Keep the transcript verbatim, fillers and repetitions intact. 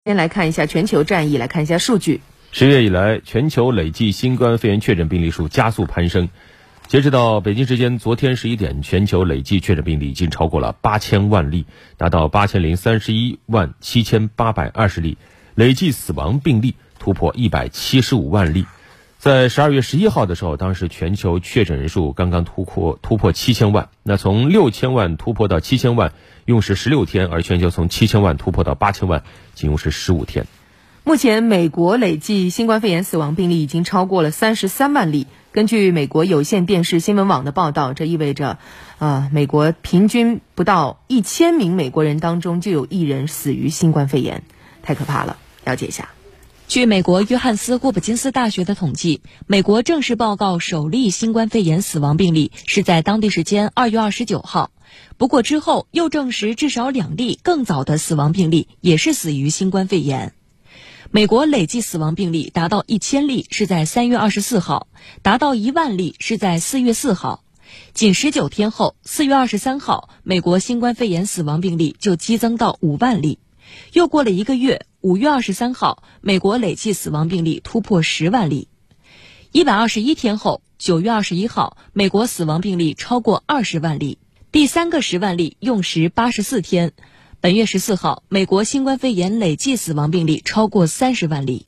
先来看一下全球战役，来看一下数据。 十月以来，全球累计新冠肺炎确诊病例数加速攀升。截止到北京时间昨天十一点，全球累计确诊病例已经超过了八千万例，达到八千零三十一万七千八百二十例，累计死亡病例突破一百七十五万例。在十二月十一号的时候，当时全球确诊人数刚刚突破突破七千万。那从六千万突破到七千万，用时十六天，而全球从七千万突破到八千万，仅用时十五天。 目前，美国累计新冠肺炎死亡病例已经超过了三十三万例。根据美国有线电视新闻网的报道，这意味着，呃，美国平均不到一千名美国人当中就有一人死于新冠肺炎，太可怕了。了解一下。 据美国约翰斯霍普金斯大学的统计，美国正式报告首例新冠肺炎死亡病例是在当地时间二月二十九号。不过之后又证实至少两例更早的死亡病例也是死于新冠肺炎。美国累计死亡病例达到一千例是在三月二十四号，达到一万例是在四月四号。仅十九天后，四月二十三号，美国新冠肺炎死亡病例就激增到五万例。又过了一个月，五月二十三号，美国累计死亡病例突破十万例。一百二十一天后，九月二十一号，美国死亡病例超过二十万例。第三个十万例用时八十四天。本月十四号，美国新冠肺炎累计死亡病例超过三十万例。